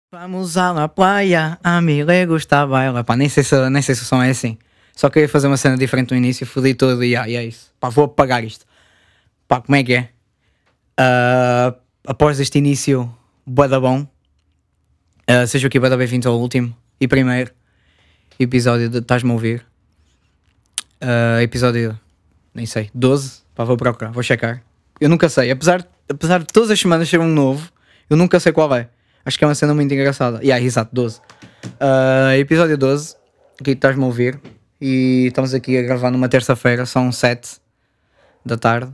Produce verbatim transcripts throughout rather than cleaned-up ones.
Vamos à la playa, a mim le gusta baila. Pá, nem sei, se, nem sei se o som é assim. Só queria fazer uma cena diferente no início, fodi tudo e, ah, e é isso. Pá, vou apagar isto. Pá, como é que é? Ah, após este início, bué da bom. Ah, sejam aqui bué da bem-vindos ao último e primeiro episódio de Estás-me a ouvir. Ah, episódio, nem sei, doze. Pá, vou procurar, vou checar. Eu nunca sei, apesar, apesar de todas as semanas ser um novo, eu nunca sei qual é. Acho que é uma cena muito engraçada. E yeah, exato, doze. Uh, episódio doze, aqui estás-me a ouvir. E estamos aqui a gravar numa terça-feira, são sete da tarde.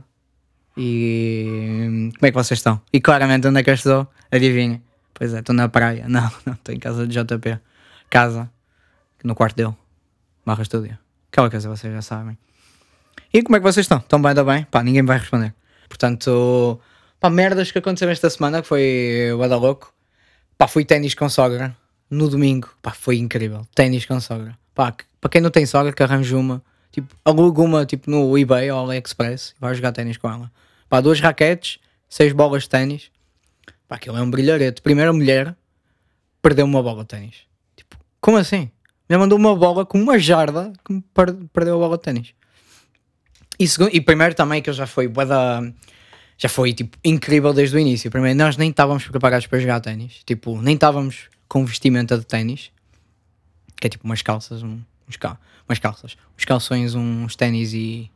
E como é que vocês estão? E claramente onde é que eu estou? Adivinhem. Pois é, estou na praia. Não, não, estou em casa de J P. Casa, no quarto dele. Barra estúdio. Aquela coisa vocês já sabem. E como é que vocês estão? Estão bem, está bem? Pá, ninguém vai responder. Portanto, pá, merdas que aconteceram esta semana, que foi o da louco. Pá, fui ténis com sogra no domingo. Pá, foi incrível. Ténis com sogra. Pá, que, para quem não tem sogra, que arranje uma, tipo, aluga uma tipo, no eBay ou AliExpress e vai jogar ténis com ela. Pá, duas raquetes, seis bolas de ténis. Pá, aquilo é um brilharete. Primeira mulher perdeu uma bola de ténis. Tipo, como assim? Me mandou uma bola com uma jarda que me per- perdeu a bola de ténis. E, segundo, e primeiro também que eu já foi bué da... Já foi, tipo, incrível desde o início. Primeiro, nós nem estávamos preparados para jogar ténis. Tipo, nem estávamos com vestimenta de ténis. Que é tipo umas calças, um, uns cal, umas calças. Uns calções, uns ténis e...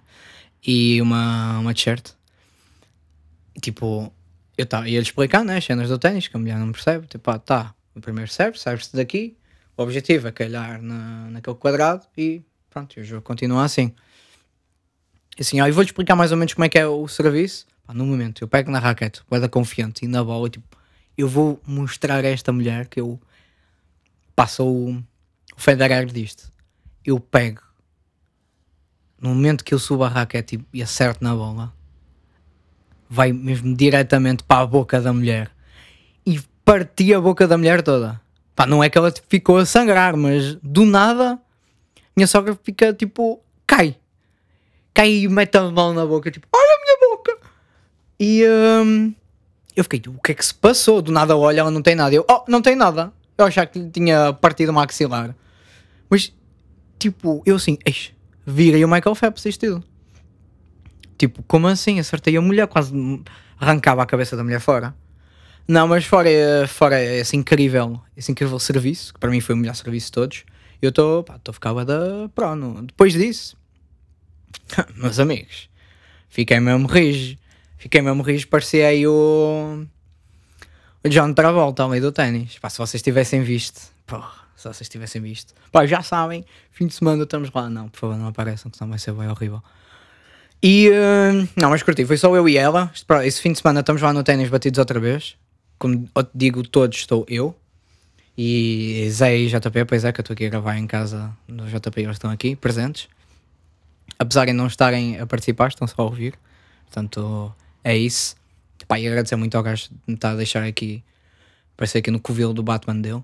e uma, uma t-shirt. E, tipo, eu tá, ia-lhe explicar, né, as cenas do ténis, que a mulher não percebe. Tipo, ah, tá, o primeiro serve, serve-se daqui. O objetivo é calhar na, naquele quadrado e pronto, e o jogo continua assim. Assim, ó, eu vou-lhe explicar mais ou menos como é que é o serviço. Pá, no momento, eu pego na raquete, vou dar confiante e na bola, tipo, eu vou mostrar a esta mulher que eu passo o, o Federer disto. Eu pego, no momento que eu subo a raquete e, e acerto na bola, vai mesmo diretamente para a boca da mulher e parti a boca da mulher toda. Pá, não é que ela tipo, ficou a sangrar, mas do nada, minha sogra fica tipo, cai. Cai e mete a mão na boca, tipo, olha a minha boca. E hum, eu fiquei, o que é que se passou? Do nada olha, ela não tem nada. Eu, oh, não tem nada. Eu achava que lhe tinha partido uma axilar. Mas, tipo, eu assim, eis, virei o Michael Phelps isto tudo. Tipo, como assim? Acertei a mulher, quase arrancava a cabeça da mulher fora. Não, mas fora, fora esse incrível, esse incrível serviço, que para mim foi o melhor serviço de todos, eu estou a ficar da pro. No- Depois disso, meus amigos, fiquei mesmo rijo. Fiquei mesmo rijo, parecia aí o, o John Travolta ao meio do ténis. Pá, se vocês tivessem visto, porra, se vocês tivessem visto, pá, já sabem, fim de semana estamos lá. Não, por favor, não apareçam, que senão vai ser bem horrível. E, hum, não, mas curti, foi só eu e ela. Este, pá, esse fim de semana estamos lá no ténis batidos outra vez. Como eu te digo, todos estou eu. E Zé e J P, pois é, que eu estou aqui a gravar em casa do J P, eles estão aqui, presentes. Apesar de não estarem a participar, estão só a ouvir. Portanto, é isso. Pá, e agradecer muito ao gajo de me estar a deixar aqui, aparecer aqui no covil do Batman dele.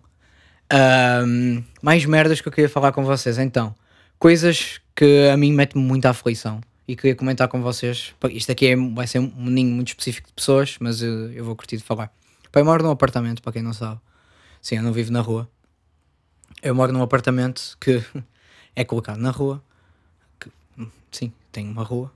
Ahm, mais merdas que eu queria falar com vocês, então. Coisas que a mim metem-me muita aflição. E queria comentar com vocês. Pá, isto aqui é, vai ser um ninho muito específico de pessoas, mas eu, eu vou curtir de falar. Pá, eu moro num apartamento, para quem não sabe. Sim, eu não vivo na rua. Eu moro num apartamento que é colocado na rua. Que, sim, tem uma rua.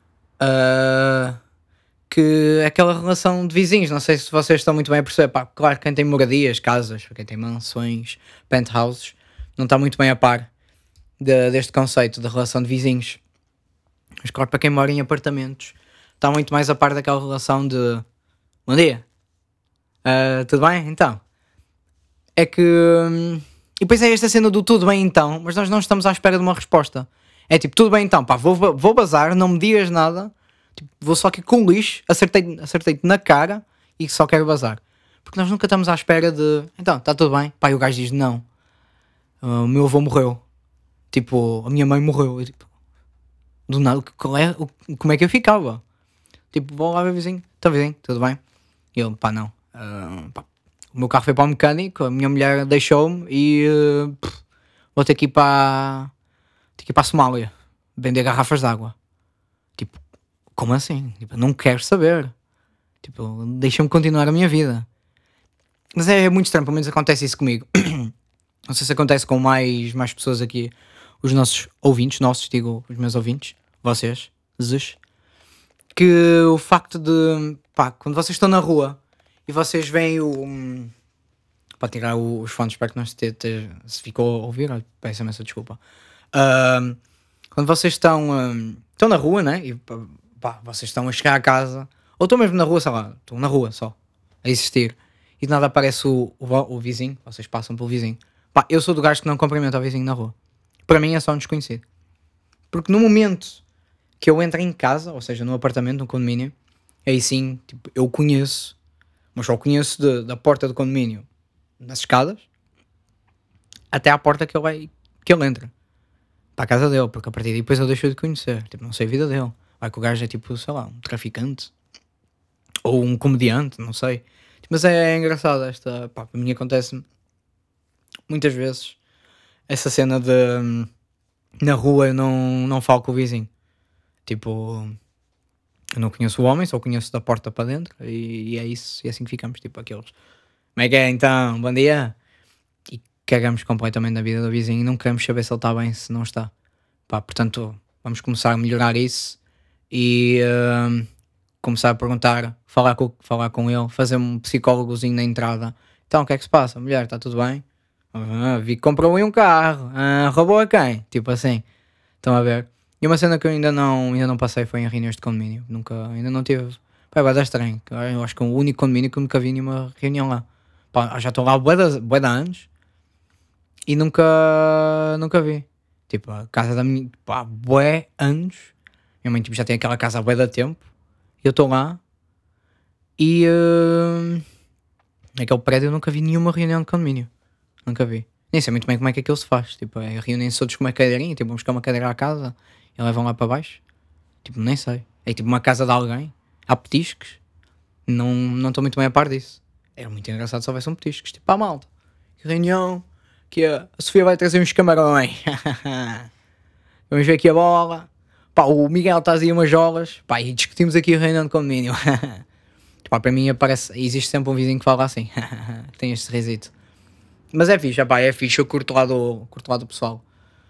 Ah, que é aquela relação de vizinhos. Não sei se vocês estão muito bem a perceber. Pá, claro, quem tem moradias, casas, quem tem mansões, penthouses, não está muito bem a par de- deste conceito de relação de vizinhos. Mas claro, para quem mora em apartamentos, está muito mais a par daquela relação de bom dia, ah, tudo bem? Então, é que. hum, E depois é esta cena do tudo bem então, mas nós não estamos à espera de uma resposta. É tipo, tudo bem então, pá, vou, vou bazar, não me digas nada, tipo, vou só aqui com lixo, acertei- acertei-te na cara e só quero bazar. Porque nós nunca estamos à espera de. Então, está tudo bem? Pá, e o gajo diz: não, ah, o meu avô morreu. Tipo, a minha mãe morreu. Eu, tipo, do nada, qual é, o- como é que eu ficava? Tipo, vou lá ver vizinho, está vizinho, tudo bem? E ele, pá, não. ah, pá, o meu carro foi para o mecânico, a minha mulher deixou-me e ah, pff, vou ter que ir para, ter que ir para a Somália vender garrafas de água. Tipo, como assim? Tipo, não quero saber. Tipo, deixa-me continuar a minha vida. Mas é muito estranho, pelo menos acontece isso comigo. Não sei se acontece com mais, mais pessoas aqui, os nossos ouvintes, nossos, digo, os meus ouvintes, vocês, zes, que o facto de, pá, quando vocês estão na rua e vocês veem o. hum, Para tirar o- os fones, espero que não se, te- te- se ficou a ouvir, olha, peço imensa desculpa. Ahm, Quando vocês estão, ahm, estão na rua, né? E pá, pá, vocês estão a chegar a casa, ou estão mesmo na rua, sei lá, estão na rua só, a existir, e de nada aparece o, o, vo- o vizinho, vocês passam pelo vizinho. Pá, eu sou do gajo que não cumprimenta o vizinho na rua. Para mim é só um desconhecido. Porque no momento que eu entro em casa, ou seja, no apartamento, no condomínio, aí sim, tipo, eu conheço, mas só conheço de- da porta do condomínio, nas escadas, até à porta que ele, vai, que ele entra. Para a casa dele, porque a partir daí depois eu deixo de conhecer. Tipo, não sei a vida dele. Vai que o gajo é tipo, sei lá, um traficante. Ou um comediante, não sei. Tipo, mas é engraçado esta. Pá, para mim acontece muitas vezes essa cena de hum, na rua eu não, não falo com o vizinho. Tipo, eu não conheço o homem, só conheço da porta para dentro. E, e é isso, e é assim que ficamos, tipo aqueles. Como é que é então? Bom dia! E cagamos completamente na vida do vizinho e não queremos saber se ele está bem, se não está. Pá, portanto, vamos começar a melhorar isso e hum, começar a perguntar, falar com, falar com ele, fazer um psicólogozinho na entrada. Então, o que é que se passa? Mulher, está tudo bem? "Ah, vi que comprou aí um carro. Ah, roubou a quem?" Tipo assim. Estão a ver? E uma cena que eu ainda não, ainda não passei foi em reuniões de condomínio. Nunca, ainda não tive. Pá, vai dar estranho. que Eu acho que é o único condomínio que eu nunca vi nenhuma reunião lá. Pá, já estou lá bué de, bué de anos e nunca, nunca vi. Tipo, a casa da minha, pá, bué anos. Minha mãe tipo, já tem aquela casa há bué de tempo. E eu estou lá e hum, naquele prédio eu nunca vi nenhuma reunião de condomínio. Nunca vi. Nem sei muito bem como é que aquilo se faz. Tipo, é, reúnem-se todos com uma cadeirinha, tipo, vamos buscar uma cadeira à casa e levam lá para baixo. Tipo, nem sei. É tipo uma casa de alguém. Há petiscos. Não não estou muito bem a par disso. Era muito engraçado se houvesse um petiscos. Tipo, pá, malta. Que reunião. Que a a Sofia vai trazer uns camarões. Vamos ver aqui a bola. Pá, o Miguel está aí umas jolas. Pá, e discutimos aqui a reunião de condomínio. Pá, para mim aparece, existe sempre um vizinho que fala assim. Tem este risito. Mas é fixe, pá, é fixe. Eu curto lá do, curto lá do pessoal.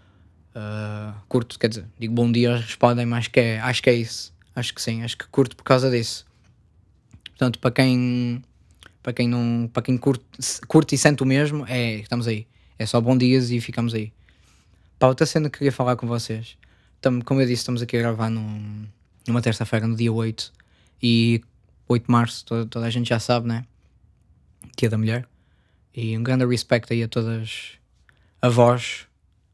Ah, curto, quer dizer, digo bom dia, eles respondem, mas acho que é, acho que é isso. Acho que sim, acho que curto por causa disso. Portanto, para quem, para quem não, para quem curte, curte e sente o mesmo, é, estamos aí. É só bom dias e ficamos aí. Pá, outra cena que queria falar com vocês. Tam- como eu disse, estamos aqui a gravar num, numa terça-feira, no dia oito. E oito de março, toda, toda a gente já sabe, né? Dia da Mulher. E um grande respeito aí a todas avós,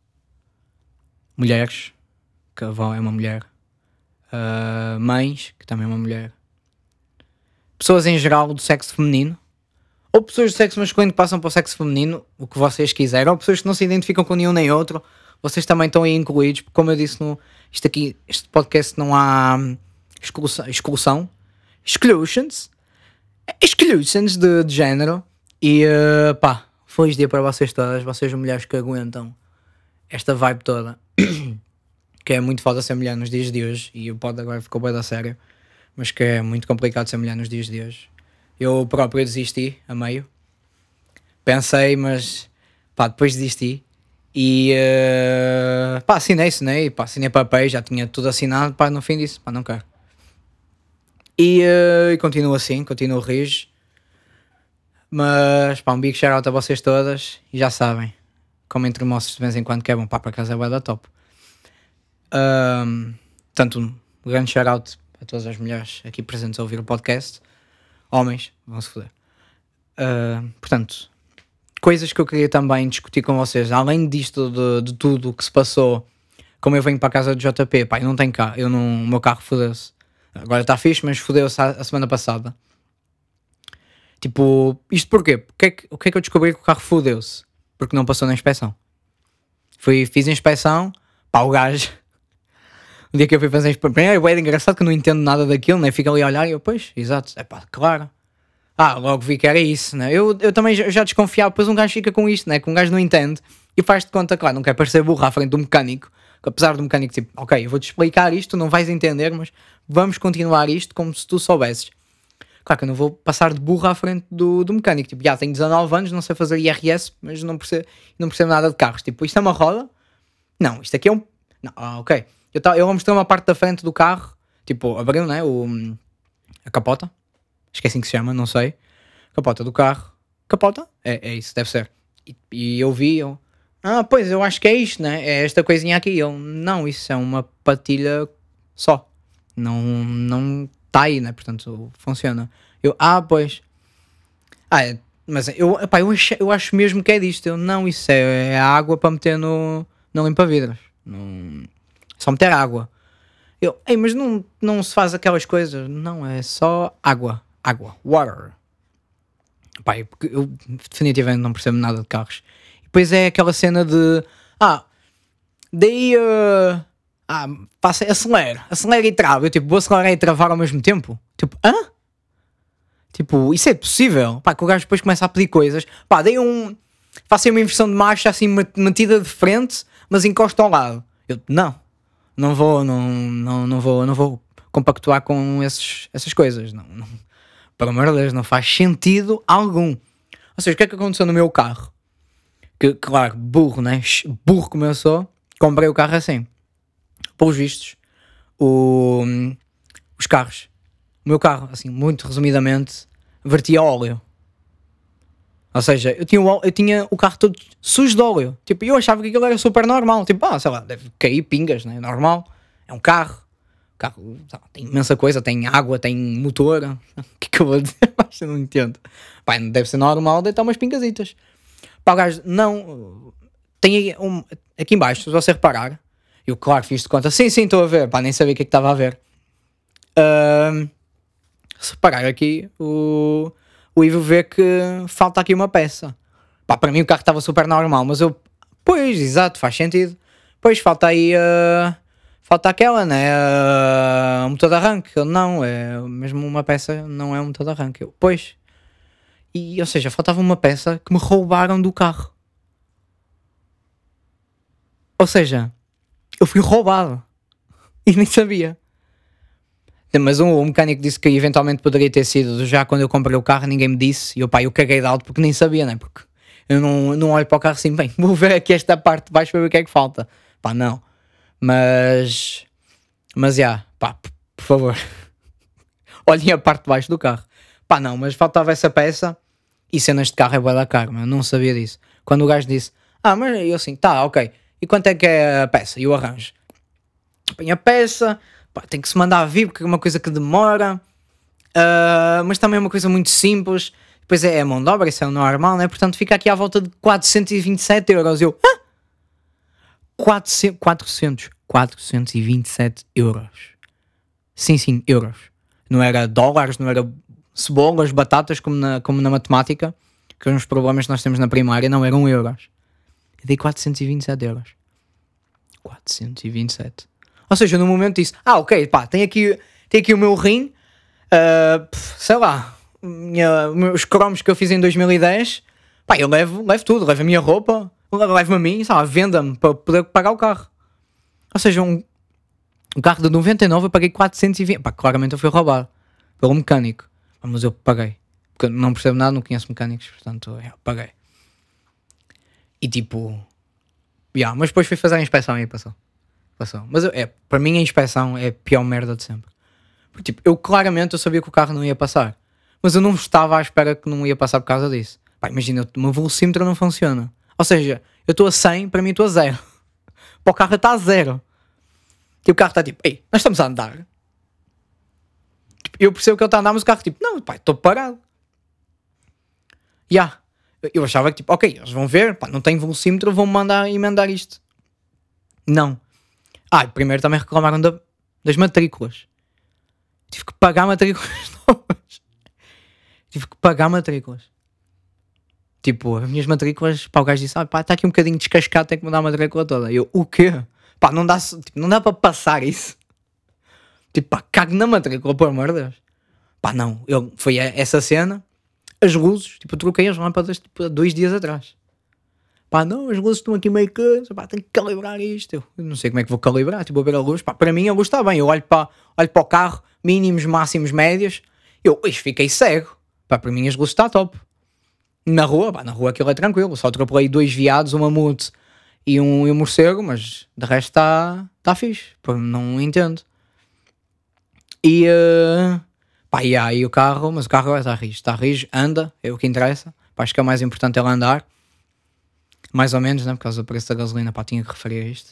mulheres, que a avó é uma mulher, ah, mães, que também é uma mulher, pessoas em geral do sexo feminino, ou pessoas do sexo masculino que passam para o sexo feminino, o que vocês quiserem, ou pessoas que não se identificam com nenhum nem outro, vocês também estão aí incluídos, porque como eu disse, no, isto aqui, este podcast não há hum, exclusão, exclusão exclusions, exclusions de, de género, e uh, pá, feliz dia para vocês todas, vocês mulheres que aguentam esta vibe toda, que é muito foda ser mulher nos dias de hoje, e o pod agora ficou bem da sério, mas que é muito complicado ser mulher nos dias de hoje. Eu próprio desisti a meio. Pensei, mas pá, depois desisti. E eh, pá, assinei, assinei, pá, assinei papéis, já tinha tudo assinado, pá, no fim disse, pá, não quero. E, eh, e continuo assim, continuo rijo. Mas pá, um big shout out a vocês todas e já sabem, como entre moços de vez em quando que é bom, pá, para casa é bué da top. Ahm, Tanto um grande shout out a todas as mulheres aqui presentes a ouvir o podcast. Homens, vão-se foder. Ah, portanto, coisas que eu queria também discutir com vocês, além disto de, de tudo o que se passou, como eu venho para a casa do J P, pá, eu não tenho carro, eu não, o meu carro fodeu-se. Agora está fixe, mas fodeu-se a, a semana passada. Tipo, isto porquê? Porque é que, o que é que eu descobri que o carro fodeu-se? Porque não passou na inspeção. Fui, fiz a inspeção, pá, o gajo. O dia que eu fui fazer a inspeção, primeiro é engraçado que eu não entendo nada daquilo, né? Fica ali a olhar e eu, pois, exato, é pá, claro. Ah, logo vi que era isso, né? Eu, eu também já, já desconfiava, depois um gajo fica com isto, né? Que um gajo não entende e faz de conta, claro, não quer parecer burro à frente do mecânico, que apesar do mecânico, tipo, ok, eu vou-te explicar isto, não vais entender, mas vamos continuar isto como se tu soubesses. Claro que eu não vou passar de burro à frente do, do mecânico. Tipo, já tenho dezanove anos, não sei fazer I R S, mas não percebo, não percebo nada de carros. Tipo, isto é uma roda? Não, isto aqui é um... Não, ah, ok. Eu, tá, eu vou mostrar uma parte da frente do carro, tipo, abriu, né, o, a capota. Acho que é assim que se chama, não sei. Capota do carro. Capota? É, é isso, deve ser. E, e eu vi, eu... Ah, pois, eu acho que é isto, né? É esta coisinha aqui. Eu, não, isso é uma patilha só. Não, não está aí, né? Portanto, funciona. Eu, ah, pois. Ah, é, mas eu, epá, eu, acho, eu acho mesmo que é disto. Eu, não, isso é, é água para meter no, no limpa-vidros. Não, só meter água. Eu, ei, mas não, não se faz aquelas coisas. Não, é só água. Água. Water. Pá, é porque eu definitivamente não percebo nada de carros. E depois é aquela cena de... Ah, daí... Uh, ah, passa, acelera. Acelera e trava. Eu tipo, vou acelerar e travar ao mesmo tempo? Tipo, hã? Tipo, isso é possível? Pá, que o gajo depois começa a pedir coisas. Pá, dei um... Faço aí uma inversão de marcha assim metida de frente, mas encosta ao lado. Eu, não. Não vou, não, não, não vou, não vou compactuar com esses, essas coisas. Não, não. Pelo amor de Deus, não faz sentido algum. Ou seja, o que é que aconteceu no meu carro? Que, claro, burro, né? Burro como eu sou, comprei o carro assim. Pelos vistos, o, os carros. O meu carro, assim, muito resumidamente, vertia óleo. Ou seja, eu tinha, o, eu tinha o carro todo sujo de óleo. Tipo, eu achava que aquilo era super normal. Tipo, ah, sei lá, deve cair pingas, né? Normal. É um carro. O carro lá, tem imensa coisa, tem água, tem motor. O que é que eu vou dizer? Mas eu não entendo. Pá, não deve ser normal deitar umas pingasitas. Pá, o gajo, não. Tem aí um, aqui em baixo, se você reparar. Eu, claro, fiz de conta. Sim, sim, estou a ver. Pá, nem sabia o que é que estava a ver. Um, se reparar aqui, o, o Ivo vê que falta aqui uma peça. Pá, para mim o carro estava super normal, mas eu... Pois, exato, faz sentido. Pois, falta aí... Uh, falta aquela, né? Uh, um motor de arranque. Eu, não, é mesmo uma peça, não é um motor de arranque. Eu, pois. E, ou seja, faltava uma peça que me roubaram do carro. Ou seja, eu fui roubado. E nem sabia. Mas um, um mecânico disse que eventualmente poderia ter sido já quando eu comprei o carro, ninguém me disse. E eu, pá, eu caguei de alto porque nem sabia, né? Porque eu não, não olho para o carro assim, bem, vou ver aqui esta parte de baixo para ver o que é que falta. Pá, não. Mas, mas, já, yeah, pá, p- por favor. Olhem a parte de baixo do carro. Pá, não, mas faltava essa peça. E cenas de carro é bué da caro, mas eu não sabia disso. Quando o gajo disse, ah, mas eu assim, tá, ok. E quanto é que é a peça? E o arranjo? Põe a peça, pá, tem que se mandar vir porque é uma coisa que demora, uh, mas também é uma coisa muito simples. Depois é, é mão de obra, isso é o normal, né? Portanto fica aqui à volta de quatrocentos e vinte e sete euros. Eu, hã? quatrocentos, quatrocentos, quatrocentos e vinte e sete euros. Sim, sim, euros. Não era dólares, não era cebolas, batatas, como na, como na matemática, que são os problemas que nós temos na primária, não eram euros. Eu dei quatrocentos e vinte e sete euros. quatrocentos e vinte e sete. Ou seja, no momento disse, ah, ok, pá, tem aqui, tem aqui o meu rim, uh, sei lá, minha, os cromos que eu fiz em dois mil e dez, pá, eu levo, levo tudo, levo a minha roupa, levo-me a mim, sabe, venda-me para poder pagar o carro. Ou seja, um, um carro de noventa e nove eu paguei quatrocentos e vinte, pá, claramente eu fui roubado pelo mecânico, mas eu paguei, porque eu não percebo nada, não conheço mecânicos, portanto, eu paguei. E tipo, yeah, mas depois fui fazer a inspeção e passou. Passou. Mas eu- é, para mim a inspeção é a pior merda de sempre. Porque, tipo, eu claramente eu sabia que o carro não ia passar. Mas eu não estava à espera que não ia passar por causa disso. Pá, imagina, o meu velocímetro não funciona. Ou seja, eu estou a cem, para mim estou a zero. Para o carro está a zero. E o carro está tipo, ei, nós estamos a andar. Tipo, eu percebo que ele está a andar, mas o carro tipo, não, pá, estou parado. Ya. Yeah. Eu- Eu achava que tipo, ok, eles vão ver, pá, não tem velocímetro, vão mandar emendar isto. Não. Ah, e primeiro também reclamaram da- das matrículas. Tive que pagar matrículas novas. Tive que pagar matrículas. Tipo, as minhas matrículas, pá, o gajo disse, ah, pá, está aqui um bocadinho descascado, tem que mudar a matrícula toda. Eu, o quê? Pá, não dá, tipo, não dá para passar isso. Tipo, pá, cago na matrícula, por amor de Deus. Pá, não, eu, foi a- essa cena, as luzes, tipo, eu troquei as lâmpadas, tipo, há dois dias atrás. Pá, não, as luzes estão aqui meio que, pá, tenho que calibrar isto. Eu, eu não sei como é que vou calibrar, tipo, vou ver a luz. Pá, para mim a luz está bem, eu olho para, olho para o carro, mínimos, máximos, médios, Eu, ixi, fiquei cego. Pá, para mim as luzes está top. Na rua, pá, na rua aquilo é tranquilo. Só atropelei dois viados, um mamute e um, e um morcego, mas de resto está tá fixe. Pá, não entendo. E, uh, pá, e aí o carro, mas o carro está rijo. Está rijo, anda, é o que interessa. Pá, acho que é o mais importante ele andar. Mais ou menos, né? Por causa do preço da gasolina, pá, tinha que referir isto.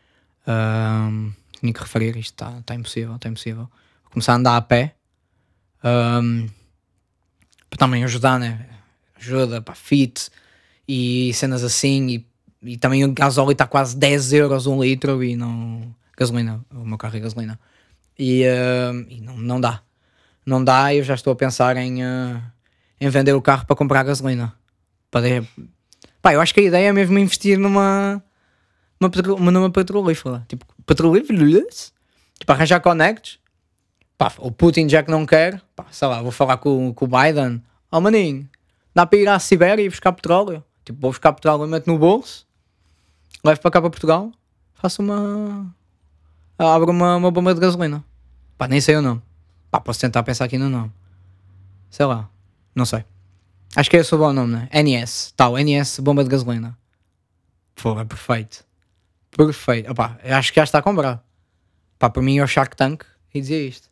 Um, tinha que referir isto, está tá impossível, está impossível. Vou começar a andar a pé. Um, para também ajudar, né? Ajuda, pá, fit e cenas assim. E, e também o gasóleo está quase dez euros um litro e não. Gasolina, o meu carro é gasolina. E, uh, e não, não dá. Não dá e eu já estou a pensar em, uh, em vender o carro para comprar gasolina. Para, pá, eu acho que a ideia é mesmo investir numa. Uma, petro, uma, numa petrolífera. Tipo, petrolíferas? Tipo, arranjar connects. Pá, o Putin já que não quer, pá, sei lá, vou falar com, com o Biden. Oh maninho, dá para ir à Sibéria e buscar petróleo? Tipo, vou buscar petróleo e meto no bolso, levo para cá para Portugal, faço uma... abro uma, uma bomba de gasolina. Pá, nem sei o nome. Pá, posso tentar pensar aqui no nome. Sei lá, não sei. Acho que é esse o bom nome, né? N S, tal, N S, bomba de gasolina. Pô, é perfeito. Perfeito. Opá, acho que já está a comprar. Pá, por mim é o Shark Tank e dizia isto.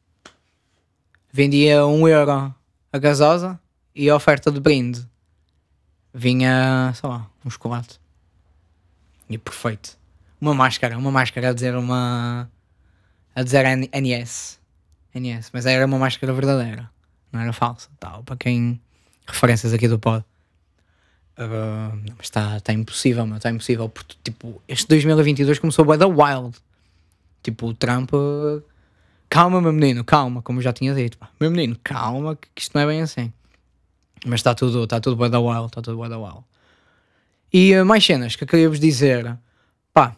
Vendia um euro a gasosa e a oferta de brinde vinha, sei lá, um chocolate. E perfeito. Uma máscara, uma máscara a dizer uma... a dizer N- NS. N S, mas era uma máscara verdadeira. Não era falsa, tal, para quem... referências aqui do pod. Uh, mas está tá impossível, meu, está impossível. Porque, tipo, este dois mil e vinte e dois começou bué da wild. Tipo, o Trump... Uh, calma, meu menino, calma, como eu já tinha dito. Pá. Meu menino, calma, que isto não é bem assim. Mas está tudo, está tudo bué da wild, está tudo bué da wild. E uh, mais cenas que eu queria vos dizer. Pá,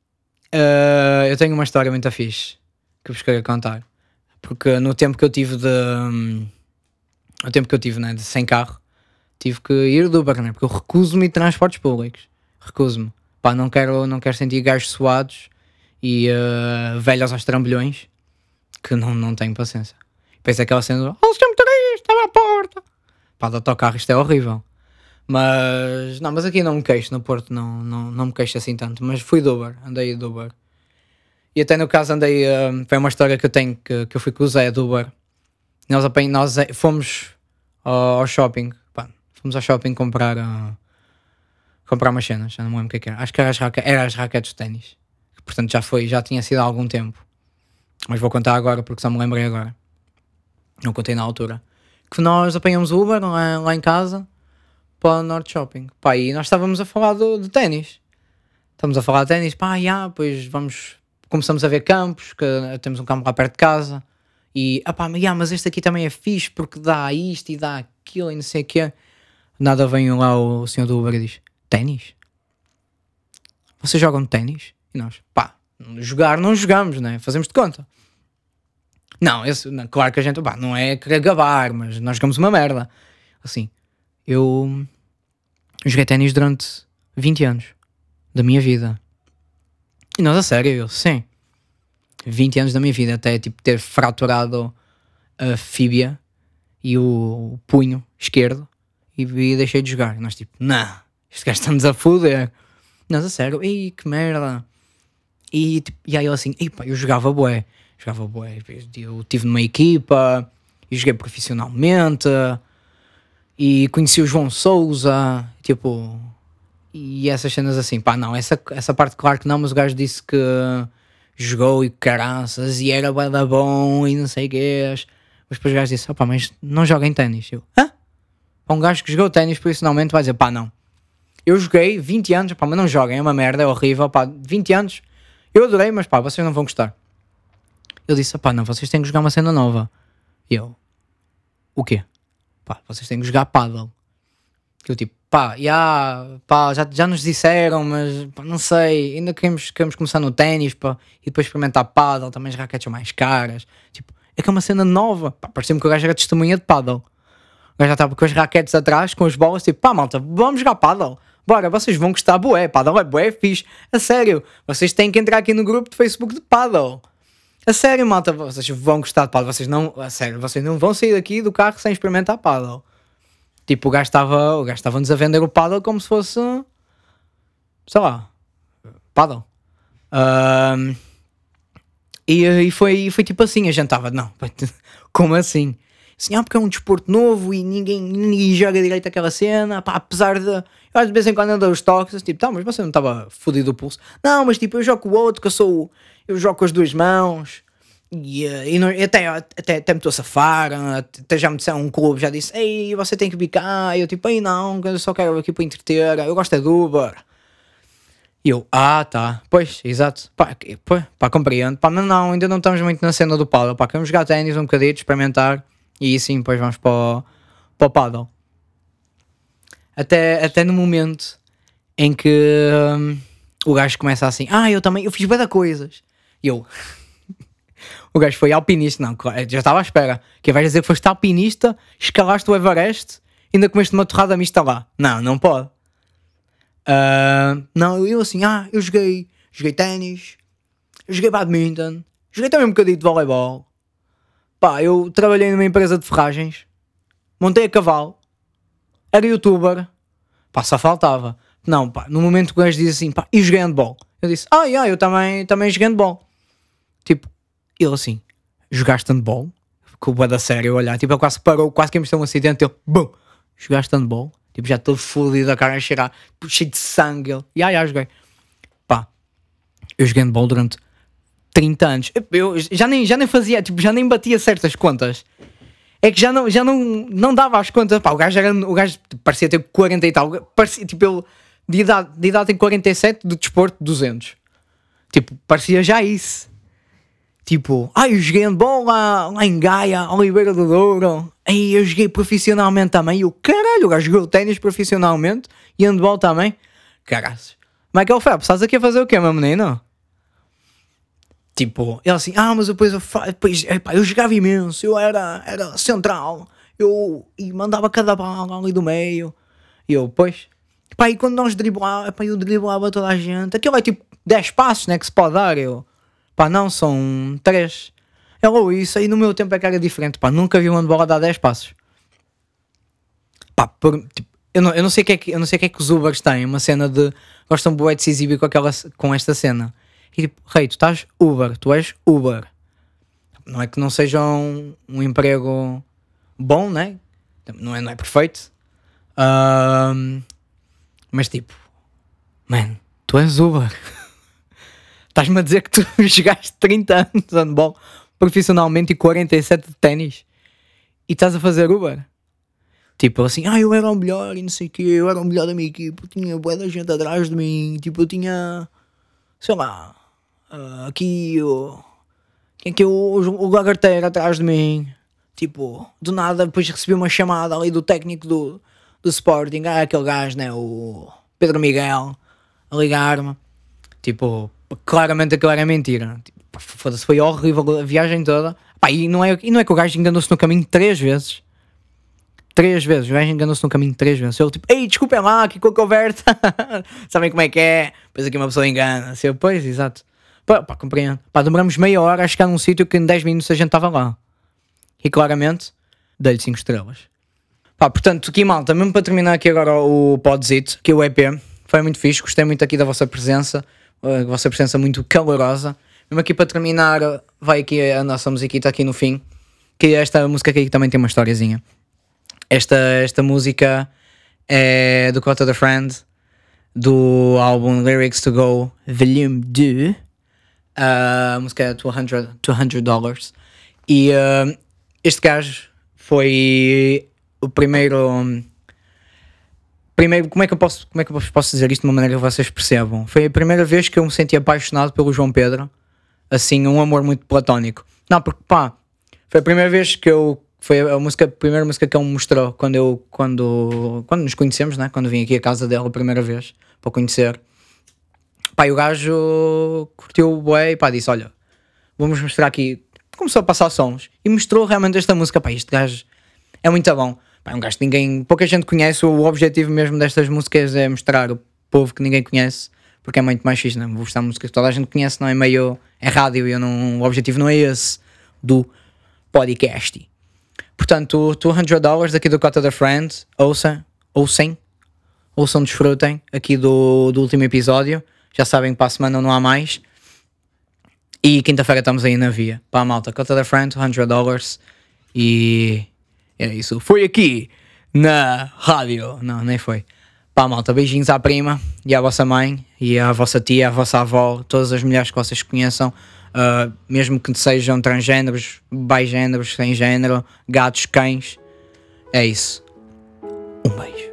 uh, eu tenho uma história muito fixe que vos queria contar. Porque no tempo que eu tive de... Um, no tempo que eu tive, né, de sem carro, tive que ir do Uber, né? Porque eu recuso-me de transportes públicos. Recuso-me. Pá, não quero, não quero sentir gajos suados e uh, velhos aos trambolhões que não, não tenho paciência. Pensa aquela cena, oh, senhor motorista, abre a porta. Pá, de autocarro isto é horrível. Mas, não, mas aqui não me queixo, no Porto não, não, não me queixo assim tanto. Mas fui do Uber, andei do Uber. E até no caso andei, uh, foi uma história que eu tenho, que, que eu fui com o Zé do Uber. Nós, apanhamos, nós fomos ao, ao shopping, pá, fomos ao shopping comprar, uh, comprar umas cenas, já não me lembro o que é que era. Acho que era as, raque, era as raquetes de ténis. Portanto já foi, já tinha sido há algum tempo. Mas vou contar agora porque só me lembrei agora. Não contei na altura. Que nós apanhamos o Uber lá, lá em casa para o Norte Shopping. Pá, e nós estávamos a falar do, de ténis. Estamos a falar de ténis, pá, já, pois vamos... Começamos a ver campos, que temos um campo lá perto de casa. E, ah pá, já, mas este aqui também é fixe porque dá isto e dá aquilo e não sei o quê. Nada vem lá o senhor do Uber e diz, ténis? Vocês jogam ténis? E nós, pá, jogar não jogamos, né? Fazemos de conta. Não, esse, não, claro que a gente, pá, não é querer gabar, mas nós jogamos uma merda. Assim, eu joguei ténis durante vinte anos da minha vida. E nós, a sério, eu, sim. vinte anos da minha vida, até tipo ter fraturado a fíbia e o punho esquerdo e, e deixei de jogar. E nós tipo, não, este gajo está-nos a foder. Nós, a sério, ei, que merda. E, tipo, e aí eu assim, ei pá, eu jogava bué. Jogava bué. Eu estive numa equipa e joguei profissionalmente e conheci o João Souza, tipo, e essas cenas assim, pá, não, essa, essa parte claro que não, mas o gajo disse que jogou e caraças e era bué da bom e não sei o que. Mas depois o gajo disse, opá, mas não joga em ténis. Eu, hã? Para um gajo que jogou ténis profissionalmente vai dizer, pá, não. Eu joguei vinte anos, pá, mas não joguem, é uma merda, é horrível, pá, vinte anos, eu adorei, mas pá, vocês não vão gostar. Eu disse, pá, não, vocês têm que jogar uma cena nova. E eu, o quê? Pá, vocês têm que jogar paddle. Eu tipo, pá, já, pá, já, já nos disseram, mas pá, não sei, ainda queremos, queremos começar no ténis, pá, e depois experimentar paddle, também as raquetes são mais caras. Tipo, é que é uma cena nova. Pá, parecia-me que o gajo era testemunha de paddle. O gajo já estava com as raquetes atrás, com as bolas, tipo, pá, malta, vamos jogar paddle. Bora, vocês vão gostar, bué, paddle é bué, fixe. A sério, vocês têm que entrar aqui no grupo de Facebook de paddle. A sério, malta, vocês vão gostar de paddle. Vocês não, a sério, vocês não vão sair daqui do carro sem experimentar paddle. Tipo, o gajo estava, o gajo estava-nos a vender o paddle como se fosse, sei lá, paddle. Um, e, e foi, foi tipo assim, a gente estava, não, como assim? Assim, ah, porque é um desporto novo e ninguém, ninguém joga direito aquela cena, pá, apesar de, eu às vezes em quando ando os toques, tipo, tá, mas você não estava fodido o pulso? Não, mas tipo, eu jogo com o outro, que eu sou, eu jogo com as duas mãos, e, eh, e, não, e até, até, até me estou a safar, até já me disseram um clube, já disse, ei, você tem que bicar, eu tipo, ei não, eu só quero aqui para entreter, eu gosto é do Uber. E eu, ah, tá, pois, exato, pá, que- pá, pá, compreendo, pá, mas não, ainda não estamos muito na cena do paddle, pá, queremos jogar ténis um bocadinho, experimentar, e aí sim, depois vamos para o, para o paddle. Até, até no momento em que hum, o gajo começa assim, ah, eu também, eu fiz bué de coisas, e eu, o gajo foi alpinista, não, claro, já estava à espera, que vais dizer que foste alpinista, escalaste o Everest, ainda comeste uma torrada mista lá, não, não pode. Ah, não, eu assim, ah, eu joguei, joguei ténis, joguei badminton, joguei também um bocadinho de voleibol. Pá, eu trabalhei numa empresa de ferragens, montei a cavalo, era youtuber, pá, só faltava. Não, pá, no momento que o gajo diz assim, pá, e joguei handball. Eu disse, ah, yeah, eu também, também joguei handball. Tipo, ele assim, jogaste handball? Com o bué da sério a olhar, tipo, ele quase parou, quase que me deu um acidente, ele, bum, jogaste handball? Tipo, já todo fodido, a cara a cheirar, cheio de sangue, ele, ya, ya, joguei. Pá, eu joguei handball durante trinta anos, eu já nem, já nem fazia, tipo, já nem batia certas contas. É que já não, já não, não dava as contas, pá, o gajo era, o gajo parecia ter quarenta e tal, parecia, tipo, ele, de idade, de idade tem quarenta e sete, de desporto duzentos. Tipo, parecia já isso. Tipo, ah, eu joguei handball lá, lá em Gaia, Oliveira do Douro. Aí eu joguei profissionalmente também. E eu, caralho, o gajo jogou ténis profissionalmente e handball também. Caraças. Michael Phelps, estás aqui a fazer o quê, meu menino? Tipo, ele assim, ah, mas depois eu, fa- depois, epá, eu jogava imenso, eu era, era central, eu e mandava cada bala ali do meio. E eu, pois, pá, e quando nós driblava, epá, eu driblava toda a gente. Aquilo é tipo dez passos, né, que se pode dar. Eu, pá, não, são três. Hello, isso aí no meu tempo é que era diferente, pá, nunca vi uma bola dar dez passos. Pá, por- tipo, eu não, eu não sei o que é que, eu não sei o que é que os Ubers têm, uma cena de, gostam bué de se exibir com, aquela, com esta cena. E tipo, rei, tu estás Uber, tu és Uber. Não é que não seja um, um emprego bom, né? Não é, não é perfeito. Ahm, mas tipo, mano, tu és Uber. Estás-me a dizer que tu jogaste trinta anos de handball profissionalmente e quarenta e sete de ténis e estás a fazer Uber? Tipo assim, ah, eu era o melhor e não sei o quê, eu era o melhor da minha equipe, eu tinha bué da gente atrás de mim, tipo, eu tinha, sei lá, ah, aqui o. Quem é que é o, o lagarteiro atrás de mim? Tipo, do nada depois recebi uma chamada ali do técnico do, do Sporting, ah, aquele gajo, né, o Pedro Miguel, a ligar-me. Tipo, claramente aquilo era mentira. Tipo, foda-se, foi horrível a viagem toda. Pá, e não é, e não é que o gajo enganou-se no caminho três vezes. Três vezes, o gajo enganou-se no caminho três vezes. Eu tipo, ei, desculpem lá, aqui com a conversa. Sabem como é que é? Depois aqui uma pessoa engana-se. Eu, pois, exato. Pá, pá, compreendo. Pá, demoramos meia hora a chegar num sítio que em dez minutos a gente estava lá. E claramente, dei-lhe cinco estrelas. Pá, portanto, aqui malta, mesmo para terminar aqui agora o podzito, que é o E P, foi muito fixe, gostei muito aqui da vossa presença, a vossa presença muito calorosa. Mesmo aqui para terminar, vai aqui a nossa musiquita aqui no fim, que esta música aqui também tem uma historiazinha. Esta, esta música é do Cota the Friend, do álbum Lyrics to Go Volume dois. A música é two hundred dollars. E uh, este gajo foi o primeiro. um, Primeiro, como é que eu posso, como é que eu posso dizer isto de uma maneira que vocês percebam? Foi a primeira vez que eu me senti apaixonado pelo João Pedro, assim, um amor muito platónico. Não, porque pá, foi a primeira vez que eu, foi a música, a primeira música que ele me mostrou quando eu, quando, quando nos conhecemos, né? Quando vim aqui à casa dela a primeira vez para conhecer. Pá, e o gajo curtiu o bué e pá, disse, olha, vamos mostrar aqui. Começou a passar sons e mostrou realmente esta música. Pá, este gajo é muito bom. Pá, é um gajo que ninguém, pouca gente conhece. O objetivo mesmo destas músicas é mostrar o povo que ninguém conhece, porque é muito mais fixe, não é? Vou gostar de música que toda a gente conhece, não é meio, é rádio e eu não, o objetivo não é esse do podcast. Portanto, duzentos dólares daqui do Cota da Friend, ouçam, ouçam, ouçam, desfrutem aqui do, do último episódio, já sabem que para a semana não há mais, e quinta-feira estamos aí na via, para a malta, Cota da Friend, duzentos dólares, e é isso, foi aqui na rádio, não, nem foi. Pá, malta, beijinhos à prima e à vossa mãe e à vossa tia, à vossa avó, todas as mulheres que vocês conheçam, uh, mesmo que sejam transgêneros, bigêneros, sem género, gatos, cães. É isso. Um beijo.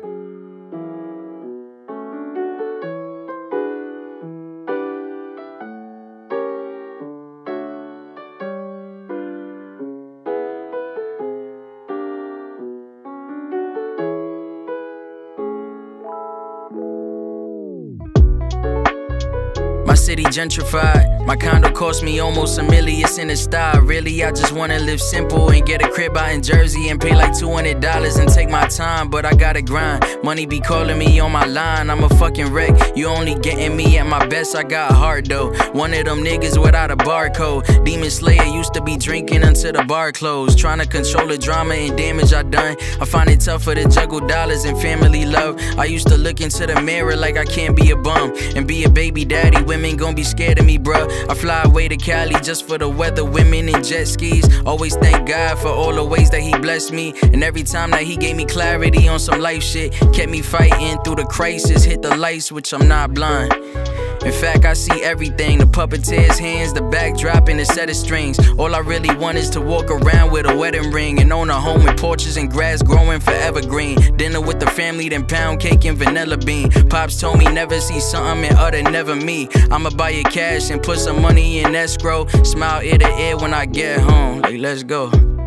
My city gentrified, my condo cost me almost a million, it's in the style. Really, I just wanna live simple and get a crib out in Jersey and pay like two hundred dollars and take my time, but I gotta grind. Money be calling me on my line, I'm a fucking wreck. You only getting me at my best, I got heart though. One of them niggas without a barcode. Demon Slayer used to be drinking until the bar closed. Trying to control the drama and damage I done. I find it tougher to juggle dollars and family love. I used to look into the mirror like I can't be a bum and be a baby daddy. Women gon' be scared of me, bruh. I fly away to Cali just for the weather, women and jet skis. Always thank God for all the ways that he blessed me, and every time that he gave me clarity on some life shit, kept me fighting through the crisis. Hit the light switch, I'm not blind. In fact, I see everything, the puppeteer's hands, the backdrop and the set of strings. All I really want is to walk around with a wedding ring and own a home with porches and grass growing forever green. Dinner with the family, then pound cake and vanilla bean. Pops told me never see something and utter never me. I'ma buy you cash and put some money in escrow. Smile ear to ear when I get home, like let's go.